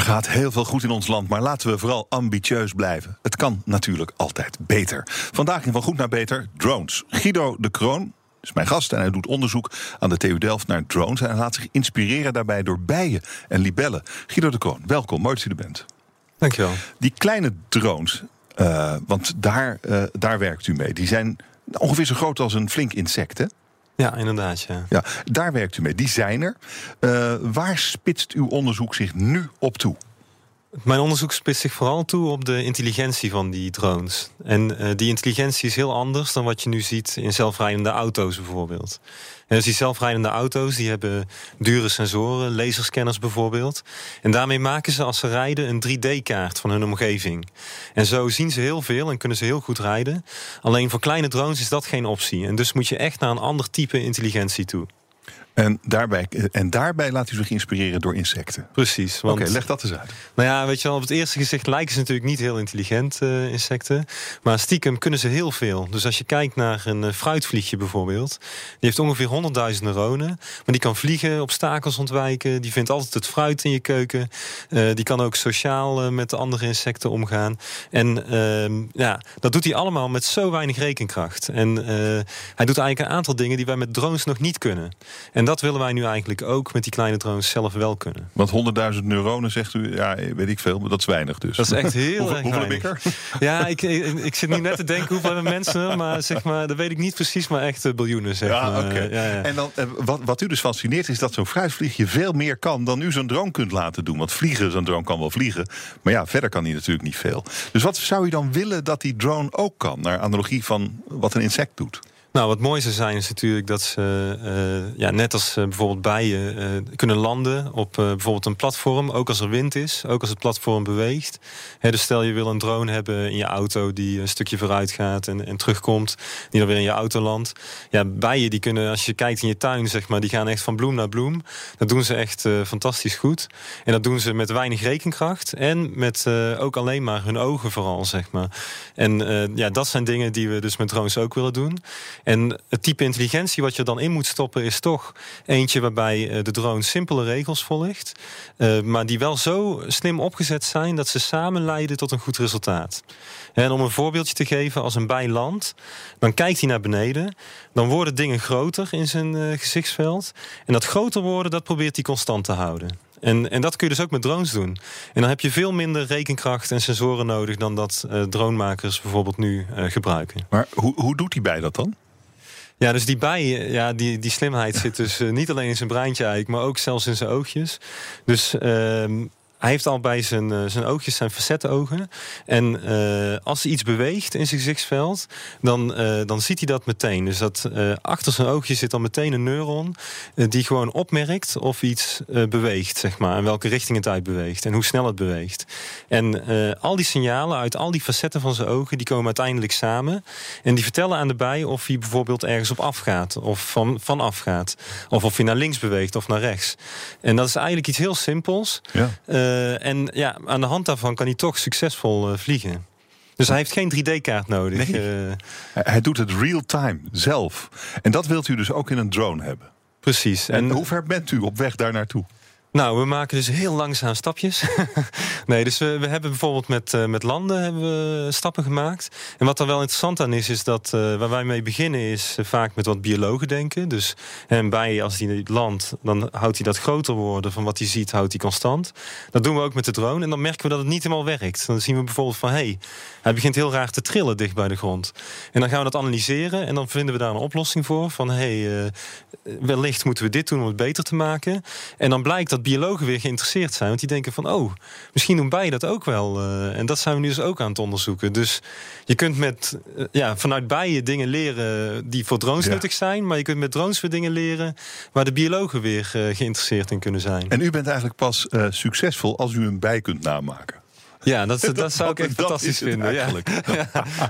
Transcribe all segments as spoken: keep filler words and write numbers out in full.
gaat heel veel goed in ons land, maar laten we vooral ambitieus blijven. Het kan natuurlijk altijd beter. Vandaag in Van Goed naar Beter, drones. Guido de Kroon is mijn gast en hij doet onderzoek aan de T U Delft naar drones. En hij laat zich inspireren daarbij door bijen en libellen. Guido de Kroon, welkom, mooi dat u er bent. Dankjewel. Die kleine drones, uh, want daar, uh, daar werkt u mee, die zijn ongeveer zo groot als een flink insect, hè? Ja, inderdaad, ja. ja. Daar werkt u mee, die zijn er. Uh, waar spitst uw onderzoek zich nu op toe? Mijn onderzoek spitst zich vooral toe op de intelligentie van die drones. En uh, die intelligentie is heel anders dan wat je nu ziet in zelfrijdende auto's bijvoorbeeld. En dus die zelfrijdende auto's die hebben dure sensoren, laserscanners bijvoorbeeld. En daarmee maken ze als ze rijden een drie D-kaart van hun omgeving. En zo zien ze heel veel en kunnen ze heel goed rijden. Alleen voor kleine drones is dat geen optie. En dus moet je echt naar een ander type intelligentie toe. En daarbij, en daarbij laat u zich inspireren door insecten. Precies. Oké, okay, leg dat eens uit. Nou ja, weet je wel, op het eerste gezicht lijken ze natuurlijk niet heel intelligent, uh, insecten. Maar stiekem kunnen ze heel veel. Dus als je kijkt naar een uh, fruitvliegje bijvoorbeeld. Die heeft ongeveer honderdduizend neuronen. Maar die kan vliegen, obstakels ontwijken. Die vindt altijd het fruit in je keuken. Uh, die kan ook sociaal uh, met de andere insecten omgaan. En uh, ja, dat doet hij allemaal met zo weinig rekenkracht. En uh, hij doet eigenlijk een aantal dingen die wij met drones nog niet kunnen. En En dat willen wij nu eigenlijk ook met die kleine drones zelf wel kunnen. Want honderdduizend neuronen, zegt u, ja, weet ik veel, maar dat is weinig dus. Dat is echt heel hoeveel, erg hoeveel weinig. heb ik er? Ja, ik, ik, ik zit nu net te denken hoeveel mensen, maar zeg maar, dat weet ik niet precies, maar echt uh, biljoenen. Zeg ja, maar. Okay. Ja, ja. En dan, wat, wat u dus fascineert is dat zo'n fruitvliegje veel meer kan dan u zo'n drone kunt laten doen. Want vliegen, zo'n drone kan wel vliegen, maar ja, verder kan hij natuurlijk niet veel. Dus wat zou u dan willen dat die drone ook kan, naar analogie van wat een insect doet? Nou, wat mooi zou zijn is natuurlijk dat ze, uh, ja, net als uh, bijvoorbeeld bijen, uh, kunnen landen op uh, bijvoorbeeld een platform. Ook als er wind is, ook als het platform beweegt. He, dus stel je wil een drone hebben in je auto die een stukje vooruit gaat en, en terugkomt. Die dan weer in je auto landt. Ja, bijen die kunnen, als je kijkt in je tuin, zeg maar, die gaan echt van bloem naar bloem. Dat doen ze echt uh, fantastisch goed. En dat doen ze met weinig rekenkracht. En met uh, ook alleen maar hun ogen vooral, zeg maar. En uh, ja, dat zijn dingen die we dus met drones ook willen doen. En het type intelligentie wat je dan in moet stoppen is toch eentje waarbij de drone simpele regels volgt. Uh, maar die wel zo slim opgezet zijn dat ze samen leiden tot een goed resultaat. En om een voorbeeldje te geven, als een bij landt, dan kijkt hij naar beneden. Dan worden dingen groter in zijn uh, gezichtsveld. En dat groter worden, dat probeert hij constant te houden. En, en dat kun je dus ook met drones doen. En dan heb je veel minder rekenkracht en sensoren nodig dan dat uh, dronemakers bijvoorbeeld nu uh, gebruiken. Maar hoe, hoe doet die bij dat dan? Ja, dus die bij, ja, die, die slimheid zit dus uh, niet alleen in zijn breintje eigenlijk, maar ook zelfs in zijn oogjes. Dus uh, hij heeft al bij zijn, uh, zijn oogjes zijn facettenogen. En uh, als hij iets beweegt in zijn gezichtsveld, dan, uh, dan ziet hij dat meteen. Dus dat uh, achter zijn oogje zit dan meteen een neuron uh, die gewoon opmerkt of iets uh, beweegt, zeg maar. En welke richting het uitbeweegt en hoe snel het beweegt. En uh, al die signalen uit al die facetten van zijn ogen, die komen uiteindelijk samen. En die vertellen aan de bij of hij bijvoorbeeld ergens op afgaat of van, van afgaat. Of of hij naar links beweegt of naar rechts. En dat is eigenlijk iets heel simpels. Ja. Uh, en ja, aan de hand daarvan kan hij toch succesvol uh, vliegen. Dus hij heeft geen drie D-kaart nodig. Nee. Uh, hij doet het real-time zelf. En dat wilt u dus ook in een drone hebben? Precies. En, en hoe ver bent u op weg daar naartoe? Nou, we maken dus heel langzaam stapjes. nee, dus we, we hebben bijvoorbeeld met, uh, met landen hebben we stappen gemaakt. En wat er wel interessant aan is, is dat uh, waar wij mee beginnen is uh, vaak met wat biologen denken. Dus en bij als hij landt, dan houdt hij dat groter worden van wat hij ziet, houdt hij constant. Dat doen we ook met de drone. En dan merken we dat het niet helemaal werkt. Dan zien we bijvoorbeeld van, hé, hey, hij begint heel raar te trillen dicht bij de grond. En dan gaan we dat analyseren en dan vinden we daar een oplossing voor. Van, hé, hey, uh, wellicht moeten we dit doen om het beter te maken. En dan blijkt dat biologen weer geïnteresseerd zijn. Want die denken van, oh, misschien doen bijen dat ook wel. Uh, en dat zijn we nu dus ook aan het onderzoeken. Dus je kunt met, uh, ja, vanuit bijen dingen leren die voor drones ja. nuttig zijn. Maar je kunt met drones weer dingen leren waar de biologen weer uh, geïnteresseerd in kunnen zijn. En u bent eigenlijk pas uh, succesvol als u een bij kunt namaken. Ja, dat, dat, dat zou ik echt fantastisch vinden. Eigenlijk. Ja.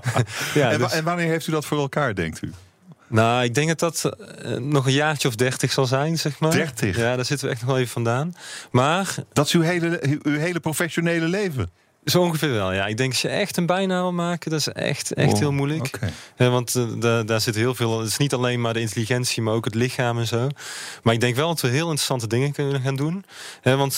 ja, en, dus... en wanneer heeft u dat voor elkaar, denkt u? Nou, ik denk dat dat uh, nog een jaartje of dertig zal zijn, zeg maar. dertig? Ja, daar zitten we echt nog wel even vandaan. Maar... Dat is uw hele, uw hele professionele leven? Zo ongeveer wel, ja. Ik denk als je echt een bijnaam wil maken, dat is echt, echt oh, heel moeilijk. Okay. Ja, want uh, da, daar zit heel veel... Het is niet alleen maar de intelligentie, maar ook het lichaam en zo. Maar ik denk wel dat we heel interessante dingen kunnen gaan doen. Ja, want...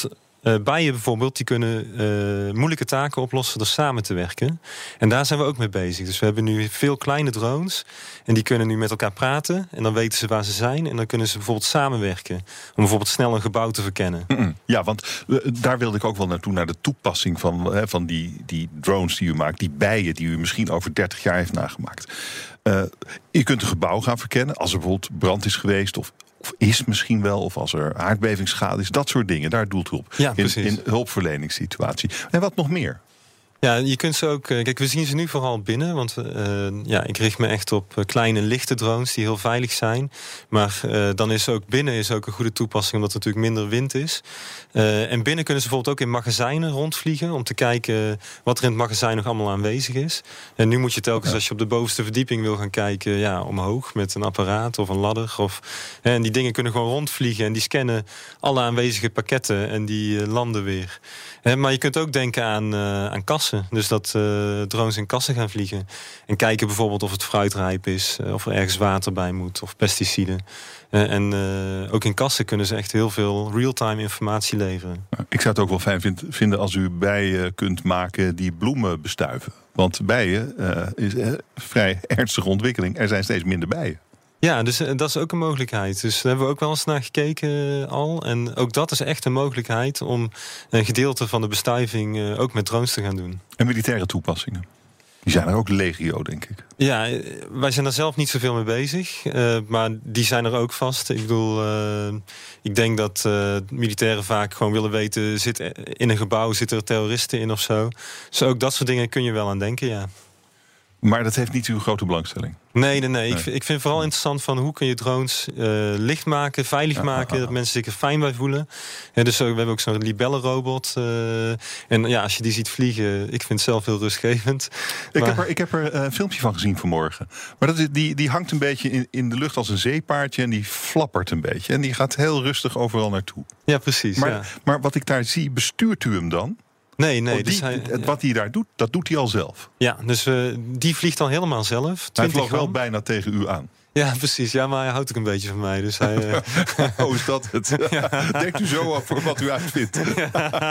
uh, bijen bijvoorbeeld, die kunnen uh, moeilijke taken oplossen door samen te werken. En daar zijn we ook mee bezig. Dus we hebben nu veel kleine drones. En die kunnen nu met elkaar praten. En dan weten ze waar ze zijn. En dan kunnen ze bijvoorbeeld samenwerken. Om bijvoorbeeld snel een gebouw te verkennen. Mm-mm. Ja, want uh, daar wilde ik ook wel naartoe. Naar de toepassing van, uh, van die, die drones die u maakt. Die bijen die u misschien over dertig jaar heeft nagemaakt. Uh, je kunt een gebouw gaan verkennen. Als er bijvoorbeeld brand is geweest. Of Of is misschien wel, of als er aardbevingsschade is. Dat soort dingen, daar doelt u op. Ja, in, in hulpverleningssituatie. En wat nog meer? Ja, je kunt ze ook... Kijk, we zien ze nu vooral binnen. Want uh, ja, ik richt me echt op kleine, lichte drones die heel veilig zijn. Maar uh, dan is ook binnen is ook een goede toepassing, omdat er natuurlijk minder wind is. Uh, en binnen kunnen ze bijvoorbeeld ook in magazijnen rondvliegen, om te kijken wat er in het magazijn nog allemaal aanwezig is. En nu moet je telkens, als je op de bovenste verdieping wil gaan kijken, ja, omhoog met een apparaat of een ladder. Of, en die dingen kunnen gewoon rondvliegen en die scannen alle aanwezige pakketten en die uh, landen weer. Uh, maar je kunt ook denken aan, uh, aan kassen. Dus dat uh, drones in kassen gaan vliegen. En kijken bijvoorbeeld of het fruit rijp is, uh, of er ergens water bij moet, of pesticiden. Uh, en uh, ook in kassen kunnen ze echt heel veel real-time informatie leveren. Ik zou het ook wel fijn vind, vinden als u bijen kunt maken die bloemen bestuiven. Want bijen uh, is een vrij ernstige ontwikkeling. Er zijn steeds minder bijen. Ja, dus uh, dat is ook een mogelijkheid. Dus daar hebben we ook wel eens naar gekeken uh, al. En ook dat is echt een mogelijkheid om een gedeelte van de bestuiving uh, ook met drones te gaan doen. En militaire toepassingen? Die zijn er ook legio, denk ik. Ja, wij zijn daar zelf niet zoveel mee bezig. Uh, maar die zijn er ook vast. Ik bedoel, uh, ik denk dat uh, militairen vaak gewoon willen weten, zit in een gebouw, zitten er terroristen in of zo. Dus ook dat soort dingen kun je wel aan denken, ja. Maar dat heeft niet uw grote belangstelling? Nee, nee, nee. Ik, ik vind vooral interessant van hoe kun je drones uh, licht maken, veilig maken, dat mensen zich er fijn bij voelen. Ja, dus we hebben ook zo'n libellenrobot. Uh, en ja, als je die ziet vliegen, ik vind het zelf heel rustgevend. Ik maar... heb er, ik heb er een filmpje van gezien vanmorgen. Maar dat is, die, die hangt een beetje in, in de lucht als een zeepaardje en die flappert een beetje. En die gaat heel rustig overal naartoe. Ja, precies. Maar, ja. maar wat ik daar zie, bestuurt u hem dan? Nee, nee. Oh, die, dus hij, het, wat hij daar doet, dat doet hij al zelf. Ja, dus uh, die vliegt dan helemaal zelf. Hij vloog wel bijna tegen u aan. Ja, precies. Ja, maar hij houdt ook een beetje van mij. Dus hij, uh... oh, is dat het? Ja. Denkt u zo over wat u uitvindt? Ja.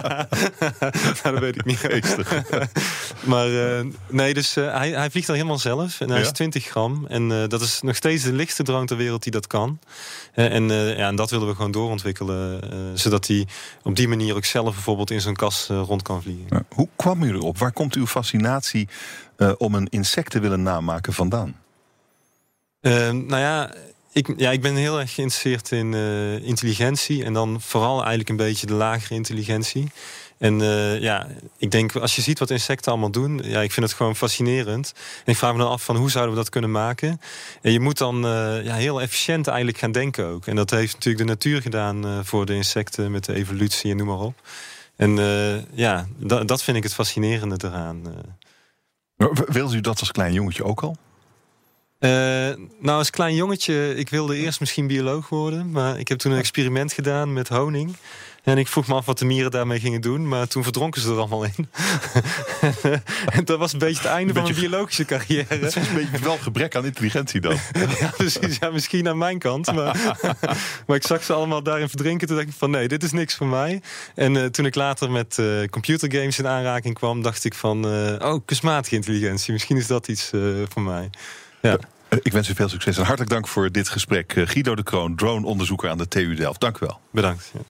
Nou, dat weet ik niet. Geestig. Maar uh, nee, dus uh, hij, hij vliegt dan helemaal zelf. En hij ja? is twintig gram. En uh, dat is nog steeds de lichtste drone ter wereld die dat kan. Uh, en, uh, ja, en dat willen we gewoon doorontwikkelen. Uh, zodat hij op die manier ook zelf bijvoorbeeld in zo'n kas uh, rond kan vliegen. Ja. Hoe kwam u erop? Waar komt uw fascinatie uh, om een insect te willen namaken vandaan? Uh, nou ja ik, ja, ik ben heel erg geïnteresseerd in uh, intelligentie. En dan vooral eigenlijk een beetje de lagere intelligentie. En uh, ja, ik denk, als je ziet wat insecten allemaal doen, ja, ik vind het gewoon fascinerend. En ik vraag me dan af van hoe zouden we dat kunnen maken? En je moet dan uh, ja, heel efficiënt eigenlijk gaan denken ook. En dat heeft natuurlijk de natuur gedaan uh, voor de insecten met de evolutie en noem maar op. En uh, ja, dat, dat vind ik het fascinerende eraan. Uh. Wilde u dat als klein jongetje ook al? Uh, nou, als klein jongetje, ik wilde eerst misschien bioloog worden. Maar ik heb toen een experiment gedaan met honing. En ik vroeg me af wat de mieren daarmee gingen doen. Maar toen verdronken ze er allemaal in. En dat was een beetje het einde beetje, van mijn biologische carrière. Het is een beetje wel gebrek aan intelligentie dan. Ja, precies. Ja, misschien aan mijn kant. Maar, maar ik zag ze allemaal daarin verdrinken. Toen dacht ik van nee, dit is niks voor mij. En uh, toen ik later met uh, computergames in aanraking kwam, dacht ik van uh, oh, kunstmatige intelligentie. Misschien is dat iets uh, voor mij. Ja. Ik wens u veel succes en hartelijk dank voor dit gesprek. Guido de Kroon, drone-onderzoeker aan de T U Delft. Dank u wel. Bedankt. Ja.